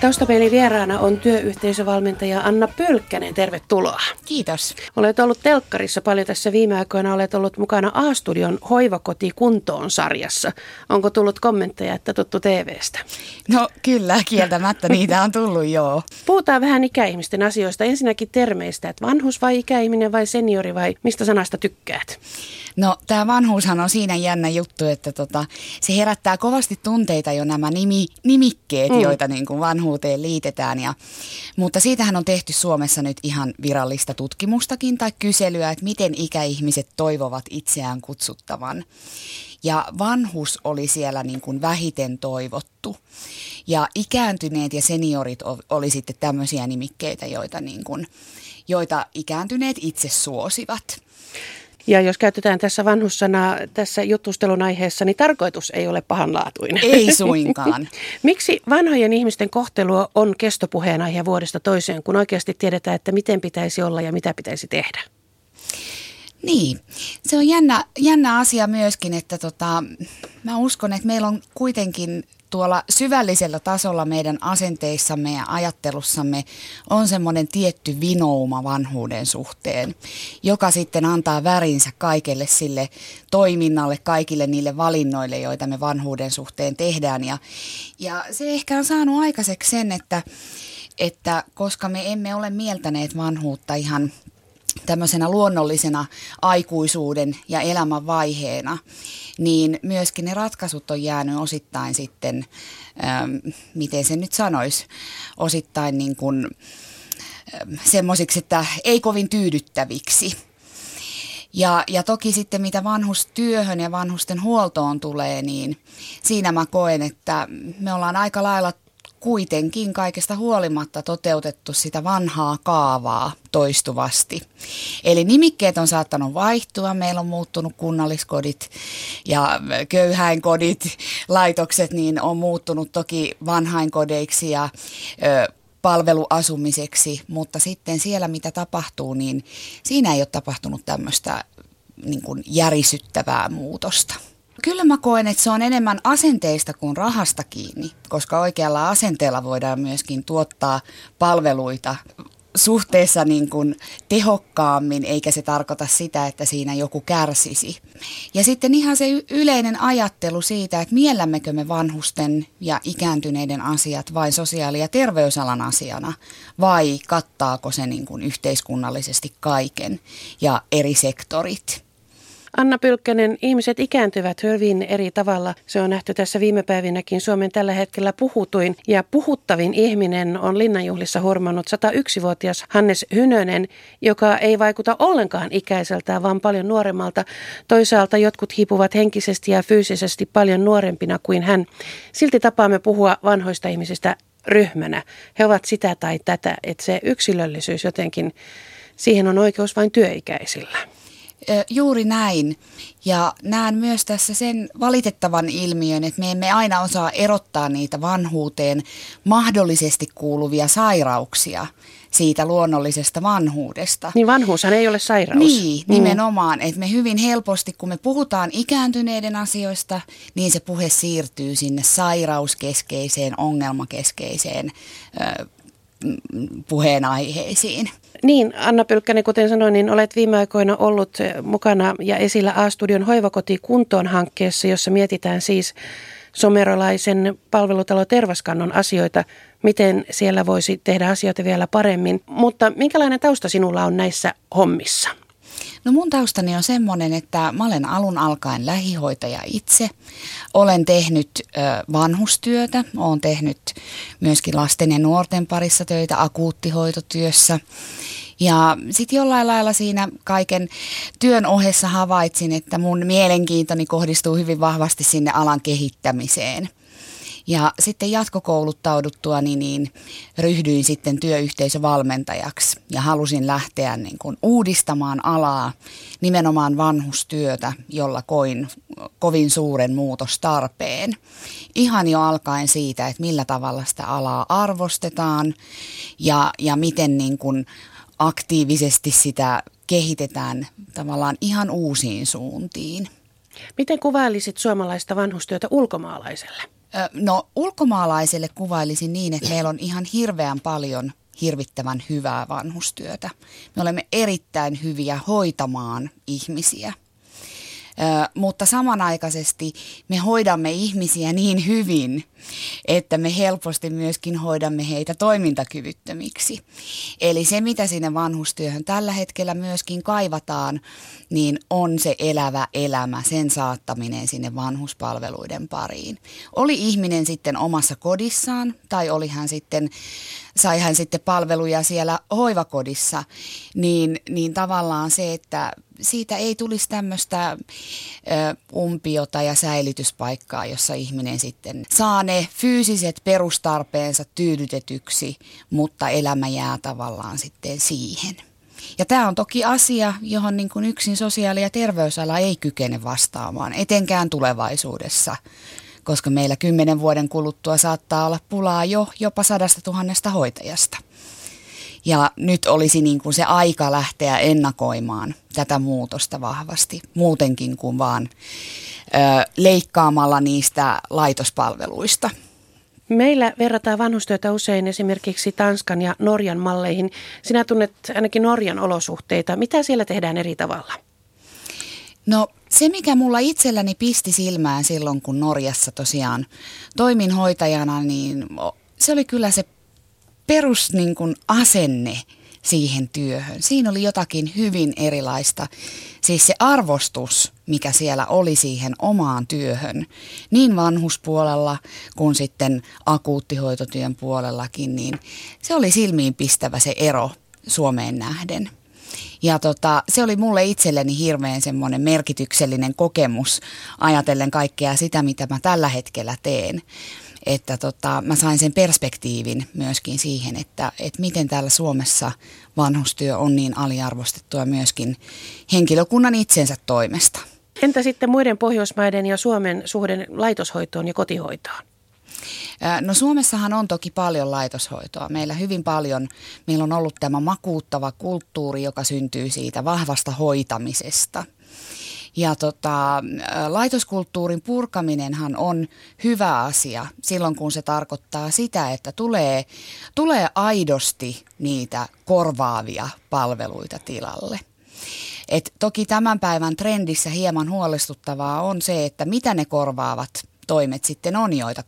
Taustapeilin vieraana on työyhteisövalmentaja Anna Pölkkänen. Tervetuloa. Kiitos. Olet ollut telkkarissa paljon tässä viime aikoina. Olet ollut mukana A-studion Hoivakoti kuntoon -sarjassa. Onko tullut kommentteja, että tuttu TV:stä? No kyllä, kieltämättä niitä on tullut, joo. Puhutaan vähän ikäihmisten asioista. Ensinnäkin termeistä, että vanhus vai ikäihminen vai seniori vai mistä sanasta tykkäät? No tämä vanhuushan on siinä jännä juttu, että se herättää kovasti tunteita jo nämä nimikkeet, joita niin kuin vanhuuteen liitetään. Mutta siitähän on tehty Suomessa nyt ihan virallista tutkimustakin tai kyselyä, että miten ikäihmiset toivovat itseään kutsuttavan. Ja vanhus oli siellä niin kuin vähiten toivottu. Ja ikääntyneet ja seniorit oli sitten tämmöisiä nimikkeitä, joita ikääntyneet itse suosivat. Ja jos käytetään tässä vanhussanaa tässä juttustelun aiheessa, niin tarkoitus ei ole pahanlaatuinen. Ei suinkaan. Miksi vanhojen ihmisten kohtelua on kestopuheenaihe vuodesta toiseen, kun oikeasti tiedetään, että miten pitäisi olla ja mitä pitäisi tehdä? Niin, se on jännä asia myöskin, että mä uskon, että meillä on kuitenkin tuolla syvällisellä tasolla meidän asenteissamme ja ajattelussamme on semmoinen tietty vinouma vanhuuden suhteen, joka sitten antaa värinsä kaikelle sille toiminnalle, kaikille niille valinnoille, joita me vanhuuden suhteen tehdään. Ja se ehkä on saanut aikaiseksi sen, että koska me emme ole mieltäneet vanhuutta ihan tämmöisenä luonnollisena aikuisuuden ja elämän vaiheena, niin myöskin ne ratkaisut on jäänyt osittain sitten, miten se nyt sanoisi, osittain niin kuin semmoisiksi, että ei kovin tyydyttäviksi. Ja toki sitten mitä vanhustyöhön ja vanhusten huoltoon tulee, niin siinä mä koen, että me ollaan aika lailla kuitenkin kaikesta huolimatta toteutettu sitä vanhaa kaavaa toistuvasti. Eli nimikkeet on saattanut vaihtua, meillä on muuttunut kunnalliskodit ja köyhäinkodit, laitokset niin on muuttunut toki vanhainkodeiksi ja palveluasumiseksi, mutta sitten siellä mitä tapahtuu, niin siinä ei ole tapahtunut tämmöistä niin kuin järisyttävää muutosta. Kyllä mä koen, että se on enemmän asenteista kuin rahasta kiinni, koska oikealla asenteella voidaan myöskin tuottaa palveluita suhteessa niin kuin tehokkaammin, eikä se tarkoita sitä, että siinä joku kärsisi. Ja sitten ihan se yleinen ajattelu siitä, että miellämmekö me vanhusten ja ikääntyneiden asiat vain sosiaali- ja terveysalan asiana, vai kattaako se niin kuin yhteiskunnallisesti kaiken ja eri sektorit. Anna Pölkkänen, ihmiset ikääntyvät hyvin eri tavalla. Se on nähty tässä viime päivinäkin. Suomen tällä hetkellä puhutuin ja puhuttavin ihminen on Linnanjuhlissa hurmannut 101-vuotias Hannes Hynönen, joka ei vaikuta ollenkaan ikäiseltään, vaan paljon nuoremmalta. Toisaalta jotkut hiipuvat henkisesti ja fyysisesti paljon nuorempina kuin hän. Silti tapaamme puhua vanhoista ihmisistä ryhmänä. He ovat sitä tai tätä, että se yksilöllisyys jotenkin, siihen on oikeus vain työikäisillä. Juuri näin. Ja näen myös tässä sen valitettavan ilmiön, että me emme aina osaa erottaa niitä vanhuuteen mahdollisesti kuuluvia sairauksia siitä luonnollisesta vanhuudesta. Niin vanhuushan ei ole sairaus. Niin, nimenomaan. Että me hyvin helposti, kun me puhutaan ikääntyneiden asioista, niin se puhe siirtyy sinne sairauskeskeiseen, ongelmakeskeiseen puheenaiheisiin. Niin, Anna Pölkkänen, kuten sanoin, niin olet viime aikoina ollut mukana ja esillä A-studion Hoivakoti kuntoon -hankkeessa, jossa mietitään siis somerolaisen palvelutalo Tervaskannon asioita, miten siellä voisi tehdä asioita vielä paremmin. Mutta minkälainen tausta sinulla on näissä hommissa? No mun taustani on semmoinen, että mä olen alun alkaen lähihoitaja itse. Olen tehnyt vanhustyötä, olen tehnyt myöskin lasten ja nuorten parissa töitä akuuttihoitotyössä. Ja sitten jollain lailla siinä kaiken työn ohessa havaitsin, että mun mielenkiintoni kohdistuu hyvin vahvasti sinne alan kehittämiseen. Ja sitten jatkokouluttauduttuani niin ryhdyin sitten työyhteisövalmentajaksi ja halusin lähteä niin kuin uudistamaan alaa, nimenomaan vanhustyötä, jolla koin kovin suuren muutostarpeen. Ihan jo alkaen siitä, että millä tavalla sitä alaa arvostetaan ja miten niin kuin aktiivisesti sitä kehitetään tavallaan ihan uusiin suuntiin. Miten kuvailisit suomalaista vanhustyötä ulkomaalaiselle? No ulkomaalaiselle kuvailisin niin, että meillä on ihan hirveän paljon hirvittävän hyvää vanhustyötä. Me olemme erittäin hyviä hoitamaan ihmisiä. Mutta samanaikaisesti me hoidamme ihmisiä niin hyvin, että me helposti myöskin hoidamme heitä toimintakyvyttömiksi. Eli se, mitä sinne vanhustyöhön tällä hetkellä myöskin kaivataan, niin on se elävä elämä, sen saattaminen sinne vanhuspalveluiden pariin. Oli ihminen sitten omassa kodissaan tai sai hän sitten palveluja siellä hoivakodissa, niin tavallaan se, että siitä ei tulisi tämmöistä umpiota ja säilytyspaikkaa, jossa ihminen sitten saa ne fyysiset perustarpeensa tyydytetyksi, mutta elämä jää tavallaan sitten siihen. Ja tämä on toki asia, johon niin kuin yksin sosiaali- ja terveysala ei kykene vastaamaan, etenkään tulevaisuudessa, koska meillä 10 vuoden kuluttua saattaa olla pulaa jopa 100 000 hoitajasta. Ja nyt olisi niin kuin se aika lähteä ennakoimaan tätä muutosta vahvasti, muutenkin kuin vaan leikkaamalla niistä laitospalveluista. Meillä verrataan vanhustyötä usein esimerkiksi Tanskan ja Norjan malleihin. Sinä tunnet ainakin Norjan olosuhteita. Mitä siellä tehdään eri tavalla? No se, mikä mulla itselläni pisti silmään silloin, kun Norjassa tosiaan toimin hoitajana, niin se oli kyllä se perus niin kuin asenne siihen työhön. Siinä oli jotakin hyvin erilaista. Siis se arvostus, mikä siellä oli siihen omaan työhön, niin vanhuspuolella kuin sitten akuuttihoitotyön puolellakin, niin se oli silmiinpistävä se ero Suomeen nähden. Ja se oli mulle itselleni hirveän semmoinen merkityksellinen kokemus ajatellen kaikkea sitä, mitä mä tällä hetkellä teen. Että mä sain sen perspektiivin myöskin siihen, että miten täällä Suomessa vanhustyö on niin aliarvostettua myöskin henkilökunnan itsensä toimesta. Entä sitten muiden Pohjoismaiden ja Suomen suhde laitoshoitoon ja kotihoitoon? No Suomessahan on toki paljon laitoshoitoa. Meillä hyvin paljon, meillä on ollut tämä makuuttava kulttuuri, joka syntyy siitä vahvasta hoitamisesta. Ja laitoskulttuurin purkaminenhan on hyvä asia silloin, kun se tarkoittaa sitä, että tulee aidosti niitä korvaavia palveluita tilalle. Et toki tämän päivän trendissä hieman huolestuttavaa on se, että mitä ne korvaavat toimet sitten on, joita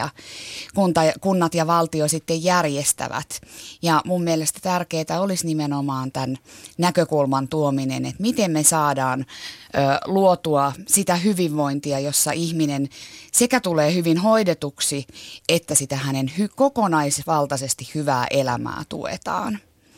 kunnat ja valtio sitten järjestävät. Ja mun mielestä tärkeää olisi nimenomaan tämän näkökulman tuominen, että miten me saadaan luotua sitä hyvinvointia, jossa ihminen sekä tulee hyvin hoidetuksi, että sitä hänen kokonaisvaltaisesti hyvää elämää tuetaan.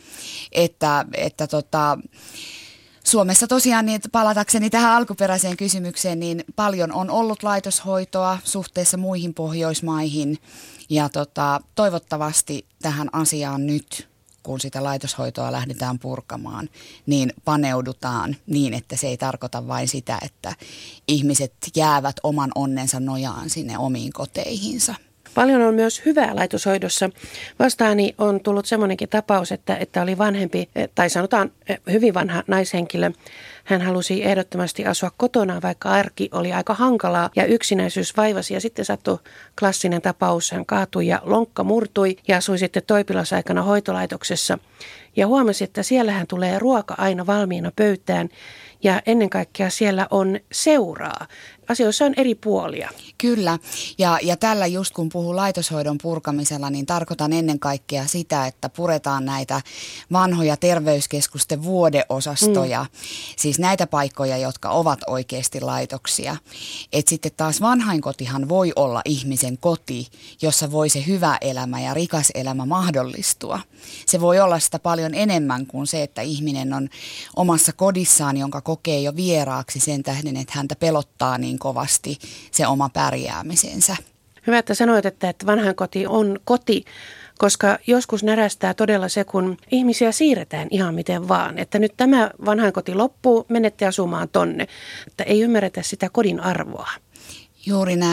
Suomessa tosiaan, niin palatakseni tähän alkuperäiseen kysymykseen, niin paljon on ollut laitoshoitoa suhteessa muihin Pohjoismaihin ja toivottavasti tähän asiaan nyt, kun sitä laitoshoitoa lähdetään purkamaan, niin paneudutaan niin, että se ei tarkoita vain sitä, että ihmiset jäävät oman onnensa nojaan sinne omiin koteihinsa. Paljon on myös hyvää laitoshoidossa. Vastaani on tullut semmoinenkin tapaus, että oli vanhempi, tai sanotaan hyvin vanha naishenkilö. Hän halusi ehdottomasti asua kotona, vaikka arki oli aika hankalaa ja yksinäisyys vaivasi. Ja sitten sattui klassinen tapaus. Hän kaatui ja lonkka murtui ja asui sitten toipilasaikana hoitolaitoksessa. Ja huomasi, että siellähän tulee ruoka aina valmiina pöytään ja ennen kaikkea siellä on seuraa. Asioissa on eri puolia. Kyllä. Ja tällä just kun puhun laitoshoidon purkamisella, niin tarkoitan ennen kaikkea sitä, että puretaan näitä vanhoja terveyskeskusten vuodeosastoja. Siis näitä paikkoja, jotka ovat oikeasti laitoksia. Et sitten taas vanhainkotihan voi olla ihmisen koti, jossa voi se hyvä elämä ja rikas elämä mahdollistua. Se voi olla sitä paljon enemmän kuin se, että ihminen on omassa kodissaan, jonka kokee jo vieraaksi sen tähden, että häntä pelottaa niin kovasti se oma pärjäämisensä. Hyvä, että sanoit, että vanhainkoti on koti, koska joskus närästää todella se, kun ihmisiä siirretään ihan miten vaan. Että nyt tämä vanhainkoti loppuu, menette asumaan tonne. Että ei ymmärretä sitä kodin arvoa. Juuri näin.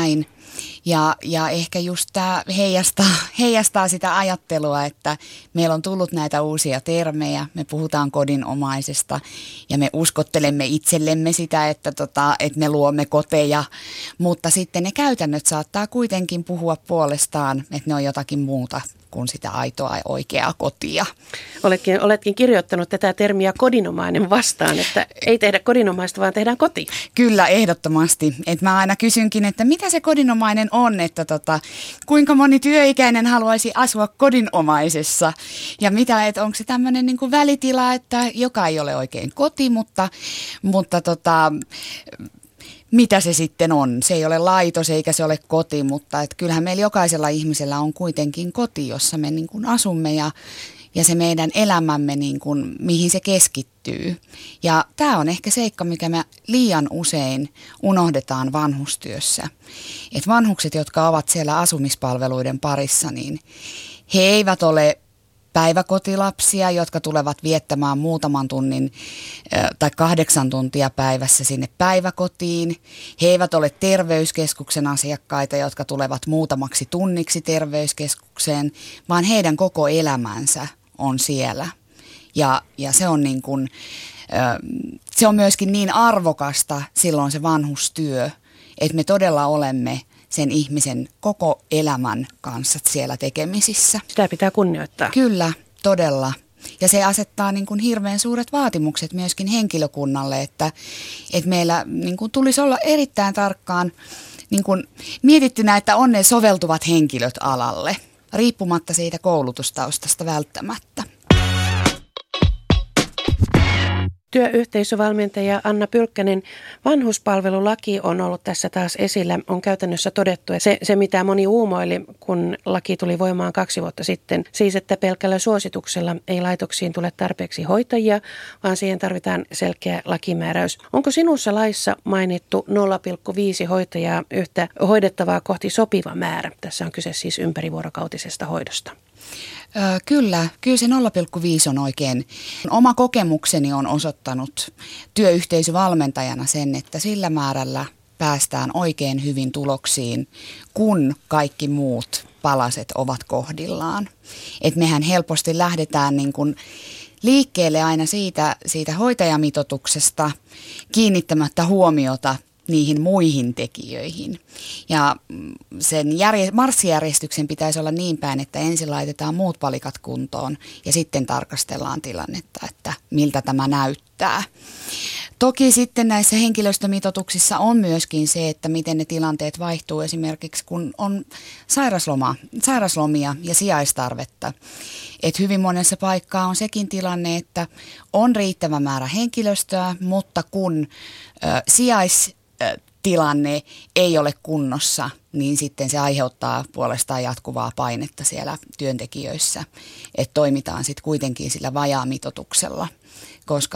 Ja ehkä just tämä heijastaa sitä ajattelua, että meillä on tullut näitä uusia termejä, me puhutaan kodinomaisesta ja me uskottelemme itsellemme sitä, että me luomme koteja, mutta sitten ne käytännöt saattaa kuitenkin puhua puolestaan, että ne on jotakin muuta kuin sitä aitoa ja oikeaa kotia. Oletkin kirjoittanut tätä termiä kodinomainen vastaan, että ei tehdä kodinomaista, vaan tehdään koti. Kyllä, ehdottomasti. Et mä aina kysynkin, että mitä se kodinomainen on, että kuinka moni työikäinen haluaisi asua kodinomaisessa ja että onko se tämmöinen niin kuin välitila, että joka ei ole oikein koti, mutta mitä se sitten on? Se ei ole laitos eikä se ole koti, mutta kyllähän meillä jokaisella ihmisellä on kuitenkin koti, jossa me niin kuin asumme ja se meidän elämämme, niin kuin, mihin se keskittyy. Ja tämä on ehkä seikka, mikä me liian usein unohdetaan vanhustyössä. Että vanhukset, jotka ovat siellä asumispalveluiden parissa, niin he eivät ole päiväkotilapsia, jotka tulevat viettämään muutaman tunnin tai 8 tuntia päivässä sinne päiväkotiin. He eivät ole terveyskeskuksen asiakkaita, jotka tulevat muutamaksi tunniksi terveyskeskukseen, vaan heidän koko elämänsä on siellä. Ja se on niin kuin, se on myöskin niin arvokasta silloin se vanhustyö, että me todella olemme sen ihmisen koko elämän kanssa siellä tekemisissä. Sitä pitää kunnioittaa. Kyllä, todella. Ja se asettaa niin kuin hirveän suuret vaatimukset myöskin henkilökunnalle, että meillä niin kuin tulisi olla erittäin tarkkaan niin kuin mietittynä, että on ne soveltuvat henkilöt alalle, riippumatta siitä koulutustaustasta välttämättä. Työyhteisövalmentaja Anna Pylkkänen, vanhuspalvelulaki on ollut tässä taas esillä. On käytännössä todettu, että se mitä moni uumoili, kun laki tuli voimaan 2 vuotta sitten, siis että pelkällä suosituksella ei laitoksiin tule tarpeeksi hoitajia, vaan siihen tarvitaan selkeä lakimääräys. Onko sinussa laissa mainittu 0,5 hoitajaa yhtä hoidettavaa kohti sopiva määrä? Tässä on kyse siis ympärivuorokautisesta hoidosta. Kyllä se 0,5 on oikein. Oma kokemukseni on osoittanut työyhteisövalmentajana sen, että sillä määrällä päästään oikein hyvin tuloksiin, kun kaikki muut palaset ovat kohdillaan. Et mehän helposti lähdetään niin kuin liikkeelle aina siitä hoitajamitoituksesta kiinnittämättä huomiota niihin muihin tekijöihin. Ja sen marssijärjestyksen pitäisi olla niin päin, että ensin laitetaan muut palikat kuntoon ja sitten tarkastellaan tilannetta, että miltä tämä näyttää. Toki sitten näissä henkilöstömitoituksissa on myöskin se, että miten ne tilanteet vaihtuu esimerkiksi, kun on sairaslomia ja sijaistarvetta. Et hyvin monessa paikkaa on sekin tilanne, että on riittävä määrä henkilöstöä, mutta kun sijaistilanne ei ole kunnossa, niin sitten se aiheuttaa puolestaan jatkuvaa painetta siellä työntekijöissä, että toimitaan sitten kuitenkin sillä vajaamitoituksella, koska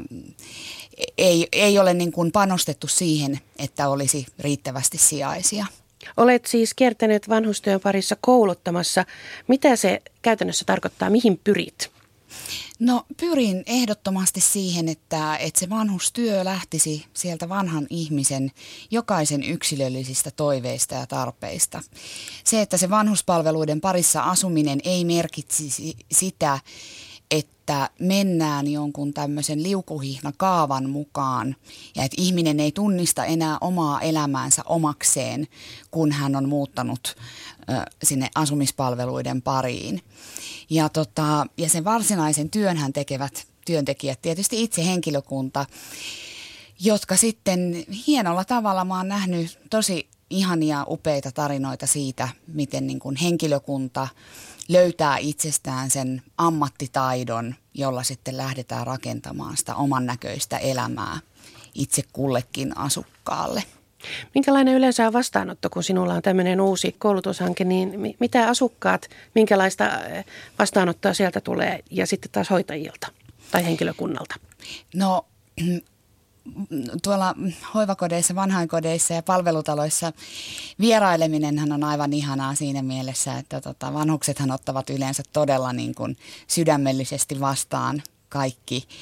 ei ole niin kuin panostettu siihen, että olisi riittävästi sijaisia. Olet siis kiertänyt vanhustyön parissa kouluttamassa. Mitä se käytännössä tarkoittaa? Mihin pyrit? No pyrin ehdottomasti siihen, että se vanhustyö lähtisi sieltä vanhan ihmisen jokaisen yksilöllisistä toiveista ja tarpeista. Se, että se vanhuspalveluiden parissa asuminen ei merkitsisi sitä, että mennään jonkun tämmöisen liukuhihnakaavan mukaan ja että ihminen ei tunnista enää omaa elämäänsä omakseen, kun hän on muuttanut sinne asumispalveluiden pariin. Ja sen varsinaisen työnhän tekevät työntekijät, tietysti itse henkilökunta, jotka sitten hienolla tavalla mä oon nähnyt tosi ihania upeita tarinoita siitä, miten niin kuin henkilökunta löytää itsestään sen ammattitaidon, jolla sitten lähdetään rakentamaan sitä oman näköistä elämää itse kullekin asukkaalle. Minkälainen yleensä on vastaanotto, kun sinulla on tämmöinen uusi koulutushanke, niin mitä asukkaat, minkälaista vastaanottoa sieltä tulee ja sitten taas hoitajilta tai henkilökunnalta? No tuolla hoivakodeissa, vanhainkodeissa ja palvelutaloissa vieraileminenhan on aivan ihanaa siinä mielessä, että vanhuksethan ottavat yleensä todella niin kuin sydämellisesti vastaan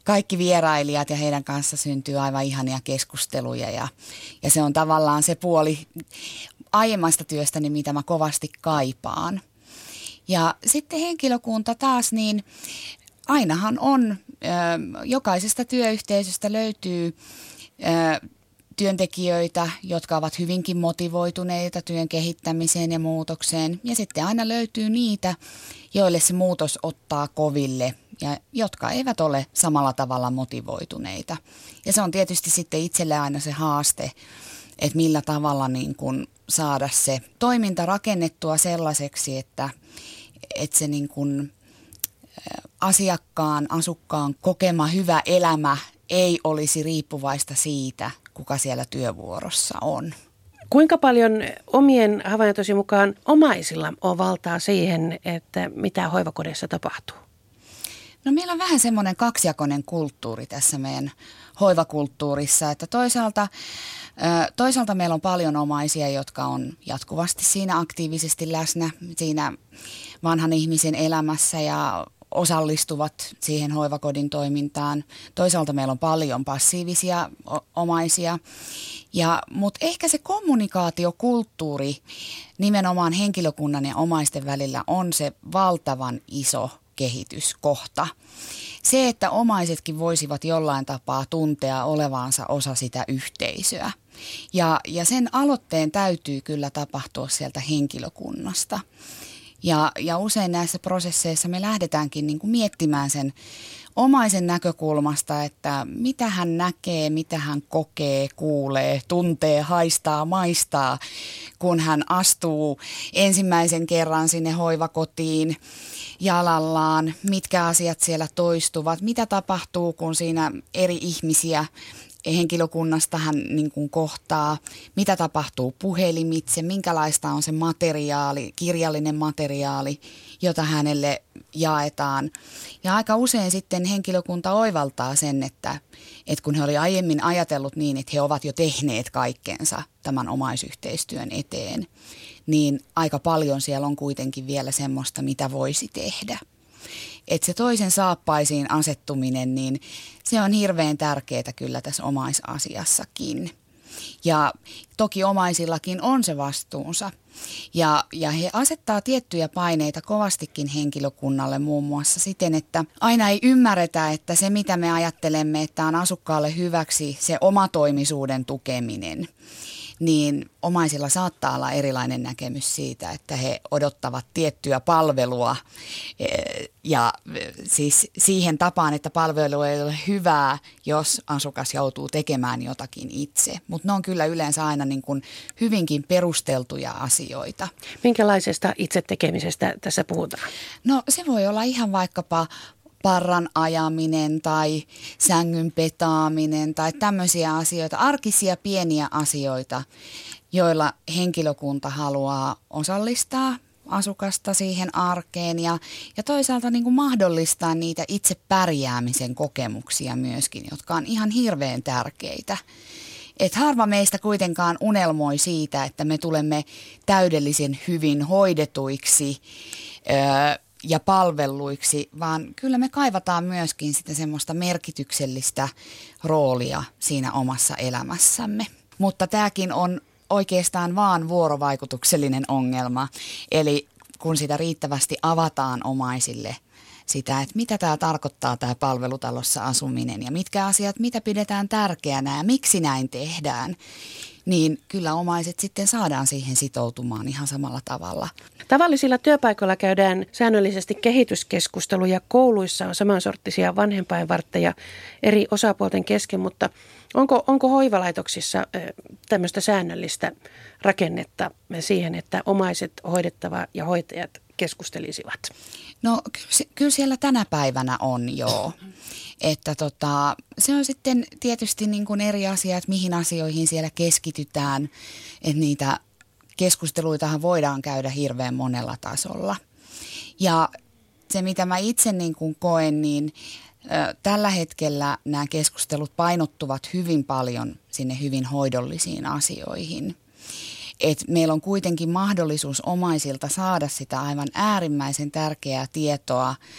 kaikki vierailijat ja heidän kanssa syntyy aivan ihania keskusteluja ja se on tavallaan se puoli aiemmasta työstäni, mitä mä kovasti kaipaan. Ja sitten henkilökunta taas, niin ainahan on, jokaisesta työyhteisöstä löytyy työntekijöitä, jotka ovat hyvinkin motivoituneita työn kehittämiseen ja muutokseen. Ja sitten aina löytyy niitä, joille se muutos ottaa koville ja jotka eivät ole samalla tavalla motivoituneita. Ja se on tietysti sitten itselle aina se haaste, että millä tavalla niin kun saada se toiminta rakennettua sellaiseksi, että se niin kun asukkaan kokema hyvä elämä ei olisi riippuvaista siitä, kuka siellä työvuorossa on. Kuinka paljon omien havaintosi mukaan omaisilla on valtaa siihen, että mitä hoivakodeissa tapahtuu? No meillä on vähän semmoinen kaksijakoinen kulttuuri tässä meidän hoivakulttuurissa, että toisaalta meillä on paljon omaisia, jotka on jatkuvasti siinä aktiivisesti läsnä siinä vanhan ihmisen elämässä ja osallistuvat siihen hoivakodin toimintaan. Toisaalta meillä on paljon passiivisia omaisia, mutta ehkä se kommunikaatiokulttuuri nimenomaan henkilökunnan ja omaisten välillä on se valtavan iso kehityskohta. Se, että omaisetkin voisivat jollain tapaa tuntea olevansa osa sitä yhteisöä. Ja sen aloitteen täytyy kyllä tapahtua sieltä henkilökunnasta. Ja usein näissä prosesseissa me lähdetäänkin niin kuin miettimään sen omaisen näkökulmasta, että mitä hän näkee, mitä hän kokee, kuulee, tuntee, haistaa, maistaa, kun hän astuu ensimmäisen kerran sinne hoivakotiin jalallaan, mitkä asiat siellä toistuvat, mitä tapahtuu, kun siinä eri ihmisiä henkilökunnasta hän niin kuin kohtaa, mitä tapahtuu puhelimitse, minkälaista on se materiaali, kirjallinen materiaali, jota hänelle jaetaan. Ja aika usein sitten henkilökunta oivaltaa sen, että kun he oli aiemmin ajatellut niin, että he ovat jo tehneet kaikkensa tämän omaisyhteistyön eteen, niin aika paljon siellä on kuitenkin vielä semmoista, mitä voisi tehdä. Että se toisen saappaisiin asettuminen, niin se on hirveän tärkeää kyllä tässä omaisasiassakin. Ja toki omaisillakin on se vastuunsa. Ja he asettaa tiettyjä paineita kovastikin henkilökunnalle muun muassa siten, että aina ei ymmärretä, että se mitä me ajattelemme, että on asukkaalle hyväksi se omatoimisuuden tukeminen, niin omaisilla saattaa olla erilainen näkemys siitä, että he odottavat tiettyä palvelua ja siis siihen tapaan, että palvelu ei ole hyvää, jos asukas joutuu tekemään jotakin itse. Mutta ne on kyllä yleensä aina niin kuin hyvinkin perusteltuja asioita. Minkälaisesta itse tekemisestä tässä puhutaan? No se voi olla ihan vaikkapa parran ajaminen tai sängyn petaaminen tai tämmöisiä asioita, arkisia pieniä asioita, joilla henkilökunta haluaa osallistaa asukasta siihen arkeen ja toisaalta niin kuin mahdollistaa niitä itse pärjäämisen kokemuksia myöskin, jotka on ihan hirveän tärkeitä. Et harva meistä kuitenkaan unelmoi siitä, että me tulemme täydellisen hyvin hoidetuiksi ja palvelluiksi, vaan kyllä me kaivataan myöskin sitä semmoista merkityksellistä roolia siinä omassa elämässämme. Mutta tämäkin on oikeastaan vaan vuorovaikutuksellinen ongelma, eli kun sitä riittävästi avataan omaisille sitä, että mitä tämä tarkoittaa tämä palvelutalossa asuminen ja mitkä asiat, mitä pidetään tärkeänä ja miksi näin tehdään, niin kyllä omaiset sitten saadaan siihen sitoutumaan ihan samalla tavalla. Tavallisilla työpaikoilla käydään säännöllisesti kehityskeskusteluja. Kouluissa on samansorttisia vanhempainvartteja eri osapuolten kesken, mutta onko hoivalaitoksissa tämmöistä säännöllistä rakennetta siihen, että omaiset, hoidettava ja hoitajat keskustelisivat? No kyllä siellä tänä päivänä on joo. Että se on sitten tietysti niin kuin eri asia, että mihin asioihin siellä keskitytään, että niitä keskusteluitahan voidaan käydä hirveän monella tasolla. Ja se mitä mä itse niin kuin koen, niin tällä hetkellä nämä keskustelut painottuvat hyvin paljon sinne hyvin hoidollisiin asioihin. Et meillä on kuitenkin mahdollisuus omaisilta saada sitä aivan äärimmäisen tärkeää tietoa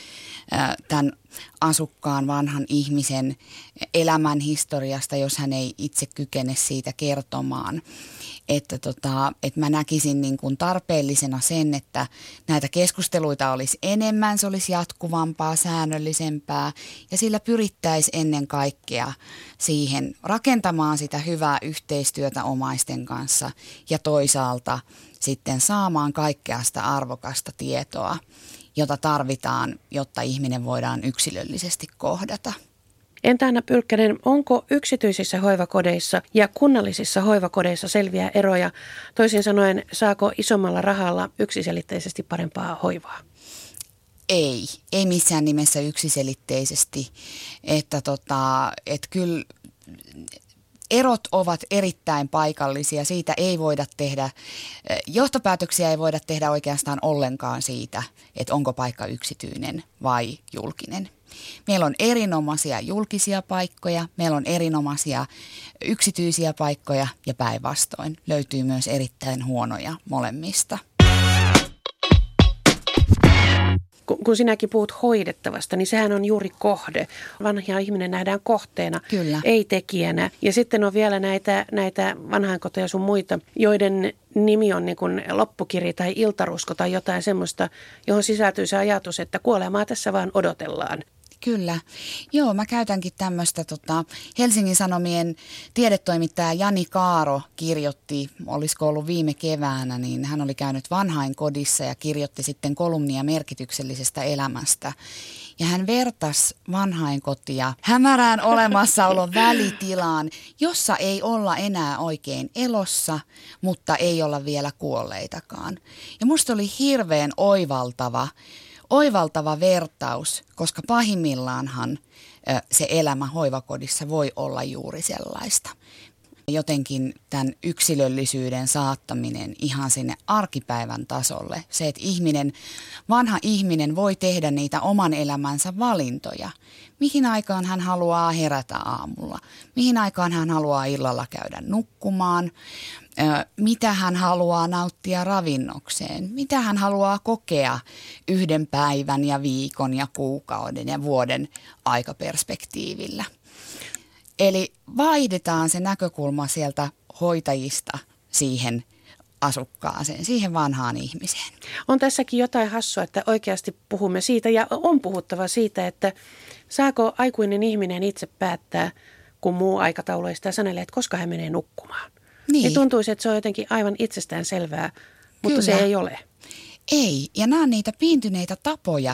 tämän asukkaan vanhan ihmisen elämän historiasta, jos hän ei itse kykene siitä kertomaan. Että mä näkisin niin kuin tarpeellisena sen, että näitä keskusteluita olisi enemmän, se olisi jatkuvampaa, säännöllisempää ja sillä pyrittäisiin ennen kaikkea siihen rakentamaan sitä hyvää yhteistyötä omaisten kanssa ja toisaalta sitten saamaan kaikkea sitä arvokasta tietoa, jota tarvitaan, jotta ihminen voidaan yksilöllisesti kohdata. Entä Anna Pylkkänen, onko yksityisissä hoivakodeissa ja kunnallisissa hoivakodeissa selviä eroja? Toisin sanoen, saako isommalla rahalla yksiselitteisesti parempaa hoivaa? Ei missään nimessä yksiselitteisesti. Että kyllä erot ovat erittäin paikallisia. Siitä ei voida tehdä, johtopäätöksiä ei voida tehdä oikeastaan ollenkaan siitä, että onko paikka yksityinen vai julkinen. Meillä on erinomaisia julkisia paikkoja, meillä on erinomaisia yksityisiä paikkoja ja päinvastoin löytyy myös erittäin huonoja molemmista. Kun sinäkin puhut hoidettavasta, niin sehän on juuri kohde. Vanha ihminen nähdään kohteena, Kyllä. Ei tekijänä. Ja sitten on vielä näitä vanhainkoteja sun muita, joiden nimi on niin kuin loppukiri tai iltarusko tai jotain semmoista, johon sisältyy se ajatus, että kuolemaa tässä vaan odotellaan. Kyllä. Joo, mä käytänkin tämmöistä Helsingin Sanomien tiedetoimittaja Jani Kaaro kirjoitti, olisiko ollut viime keväänä, niin hän oli käynyt vanhainkodissa ja kirjoitti sitten kolumnia merkityksellisestä elämästä. Ja hän vertasi vanhainkotia hämärään olemassaolon välitilaan, jossa ei olla enää oikein elossa, mutta ei olla vielä kuolleitakaan. Ja musta oli hirveän oivaltava vertaus, koska pahimmillaanhan se elämä hoivakodissa voi olla juuri sellaista. Jotenkin tämän yksilöllisyyden saattaminen ihan sinne arkipäivän tasolle. Se, että vanha ihminen voi tehdä niitä oman elämänsä valintoja. Mihin aikaan hän haluaa herätä aamulla? Mihin aikaan hän haluaa illalla käydä nukkumaan? Mitä hän haluaa nauttia ravinnokseen? Mitä hän haluaa kokea yhden päivän ja viikon ja kuukauden ja vuoden aikaperspektiivillä? Eli vaihdetaan se näkökulma sieltä hoitajista siihen asukkaaseen, siihen vanhaan ihmiseen. On tässäkin jotain hassua, että oikeasti puhumme siitä ja on puhuttava siitä, että saako aikuinen ihminen itse päättää, kun muu aikataulu ei sitä sanele, että koska hän menee nukkumaan. Niin tuntuisi, että se on jotenkin aivan itsestään selvää, mutta Kyllä. Se ei ole. Ei, ja nämä on niitä piintyneitä tapoja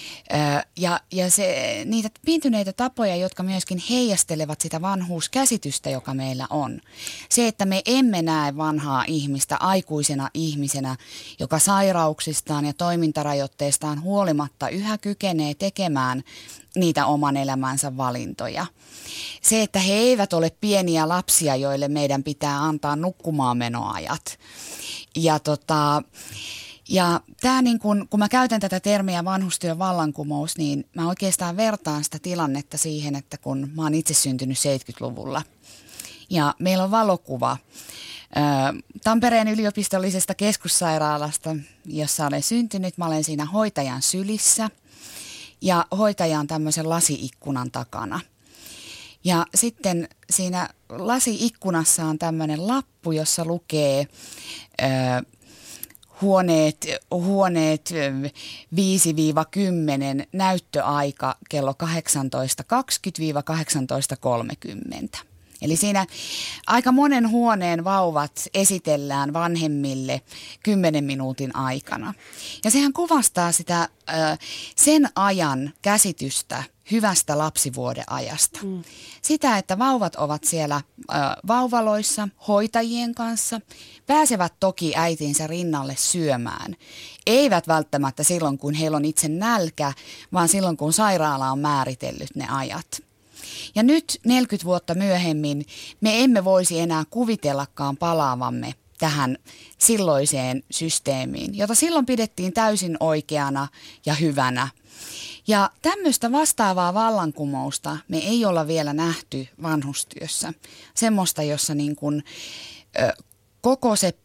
niitä piintyneitä tapoja, jotka myöskin heijastelevat sitä vanhuuskäsitystä, joka meillä on. Se, että me emme näe vanhaa ihmistä aikuisena ihmisenä, joka sairauksistaan ja toimintarajoitteistaan huolimatta yhä kykenee tekemään niitä oman elämänsä valintoja. Se, että he eivät ole pieniä lapsia, joille meidän pitää antaa nukkumaanmenoajat. Ja tämä niin kun mä käytän tätä termiä vanhustyön vallankumous, niin mä oikeastaan vertaan sitä tilannetta siihen, että kun mä oon itse syntynyt 70-luvulla ja meillä on valokuva Tampereen yliopistollisesta keskussairaalasta, jossa olen syntynyt. Mä olen siinä hoitajan sylissä ja hoitaja on tämmöisen lasiikkunan takana. Ja sitten siinä lasiikkunassa on tämmöinen lappu, jossa lukee huoneet 5-10, näyttöaika kello 18.20–18.30. Eli siinä aika monen huoneen vauvat esitellään vanhemmille 10 minuutin aikana. Ja sehän kuvastaa sitä sen ajan käsitystä hyvästä lapsivuodeajasta. Sitä, että vauvat ovat siellä vauvaloissa hoitajien kanssa, pääsevät toki äitinsä rinnalle syömään. Eivät välttämättä silloin, kun heillä on itse nälkä, vaan silloin, kun sairaala on määritellyt ne ajat. Ja nyt 40 vuotta myöhemmin me emme voisi enää kuvitellakaan palaavamme tähän silloiseen systeemiin, jota silloin pidettiin täysin oikeana ja hyvänä. Ja tämmöistä vastaavaa vallankumousta me ei olla vielä nähty vanhustyössä. Semmoista, jossa niin kuin, koko se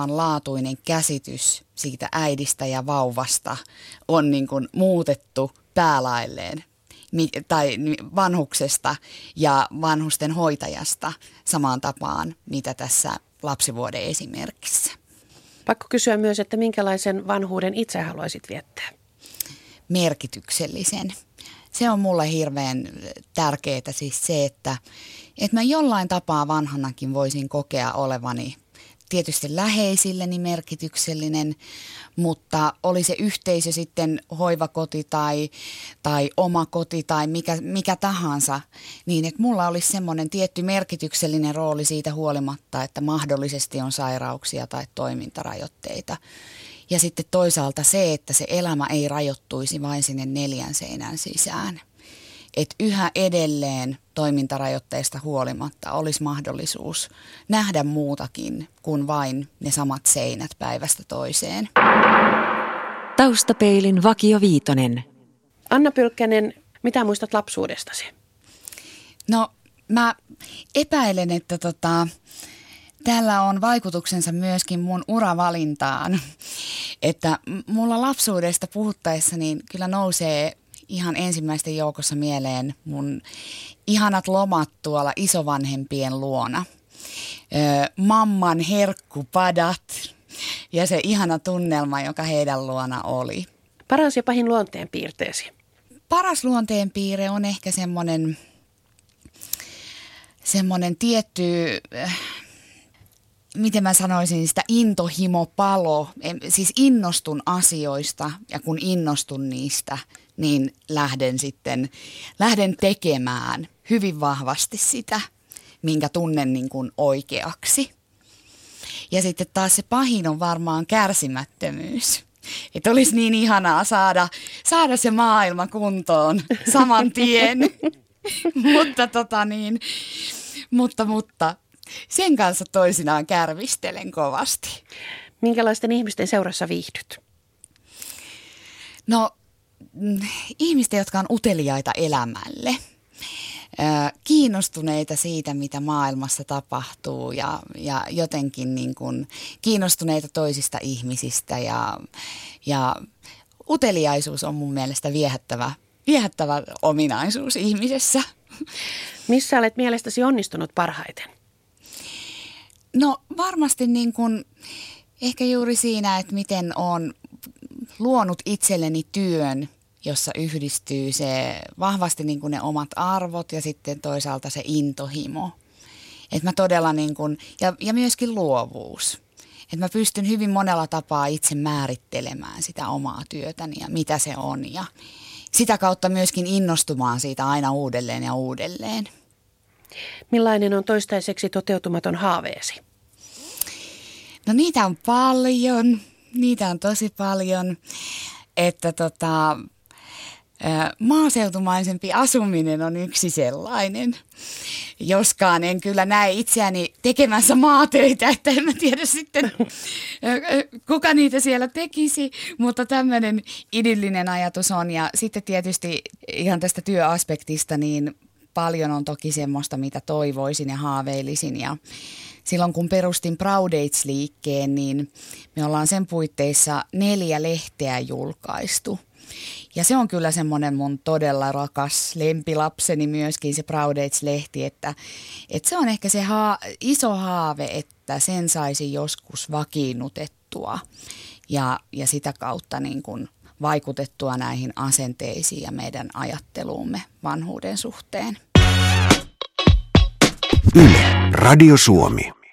perustavanlaatuinen käsitys siitä äidistä ja vauvasta on niin kuin muutettu päälailleen tai vanhuksesta ja vanhusten hoitajasta samaan tapaan, mitä tässä lapsivuoden esimerkissä. Pakko kysyä myös, että minkälaisen vanhuuden itse haluaisit viettää? Merkityksellisen. Se on mulle hirveän tärkeää siis se, että mä jollain tapaa vanhanakin voisin kokea olevani tietysti läheisilleni merkityksellinen, mutta oli se yhteisö sitten hoivakoti tai oma koti tai mikä tahansa, niin että mulla olisi semmoinen tietty merkityksellinen rooli siitä huolimatta, että mahdollisesti on sairauksia tai toimintarajoitteita. Ja sitten toisaalta se, että se elämä ei rajoittuisi vain sinne 4 seinän sisään. Että yhä edelleen toimintarajoitteista huolimatta olisi mahdollisuus nähdä muutakin kuin vain ne samat seinät päivästä toiseen. Taustapeilin Vakio Viitonen. Anna Pylkkänen, mitä muistat lapsuudestasi? No mä epäilen, että täällä on vaikutuksensa myöskin mun uravalintaan. Että mulla lapsuudesta puhuttaessa niin kyllä nousee ihan ensimmäisten joukossa mieleen mun ihanat lomat tuolla isovanhempien luona. Mamman herkkupadat ja se ihana tunnelma, joka heidän luona oli. Paras ja pahin luonteenpiirteesi? Paras luonteenpiirre on ehkä semmoinen tietty, miten mä sanoisin, sitä intohimopalo. Siis innostun asioista ja kun innostun niistä, niin lähden tekemään hyvin vahvasti sitä, minkä tunnen niin kuin oikeaksi. Ja sitten taas se pahin on varmaan kärsimättömyys. Että olisi niin ihanaa saada se maailma kuntoon saman tien. mutta sen kanssa toisinaan kärvistelen kovasti. Minkälaisten ihmisten seurassa viihdyt? No ihmisten, jotka on uteliaita elämälle, kiinnostuneita siitä, mitä maailmassa tapahtuu ja jotenkin niin kuin kiinnostuneita toisista ihmisistä ja uteliaisuus on mun mielestä viehättävä ominaisuus ihmisessä. Missä olet mielestäsi onnistunut parhaiten? No varmasti niin kuin ehkä juuri siinä, että miten olen luonut itselleni työn, jossa yhdistyy se vahvasti niin kuin ne omat arvot ja sitten toisaalta se intohimo. Että mä todella niin kuin, ja myöskin luovuus. Että mä pystyn hyvin monella tapaa itse määrittelemään sitä omaa työtäni ja mitä se on. Ja sitä kautta myöskin innostumaan siitä aina uudelleen ja uudelleen. Millainen on toistaiseksi toteutumaton haaveesi? No niitä on paljon. Niitä on tosi paljon. Että maaseutumaisempi asuminen on yksi sellainen, joskaan en kyllä näe itseäni tekemässä maatöitä, että en mä tiedä sitten kuka niitä siellä tekisi, mutta tämmöinen idyllinen ajatus on ja sitten tietysti ihan tästä työaspektista niin paljon on toki semmoista, mitä toivoisin ja haaveilisin ja silloin kun perustin Proudates-liikkeen, niin me ollaan sen puitteissa 4 lehteä julkaistu. Ja se on kyllä semmoinen mun todella rakas lempilapseni myöskin se Proudates-lehti, että se on ehkä se iso haave, että sen saisi joskus vakiinnutettua ja sitä kautta niin kuin vaikutettua näihin asenteisiin ja meidän ajatteluumme vanhuuden suhteen. Yle, Radio Suomi.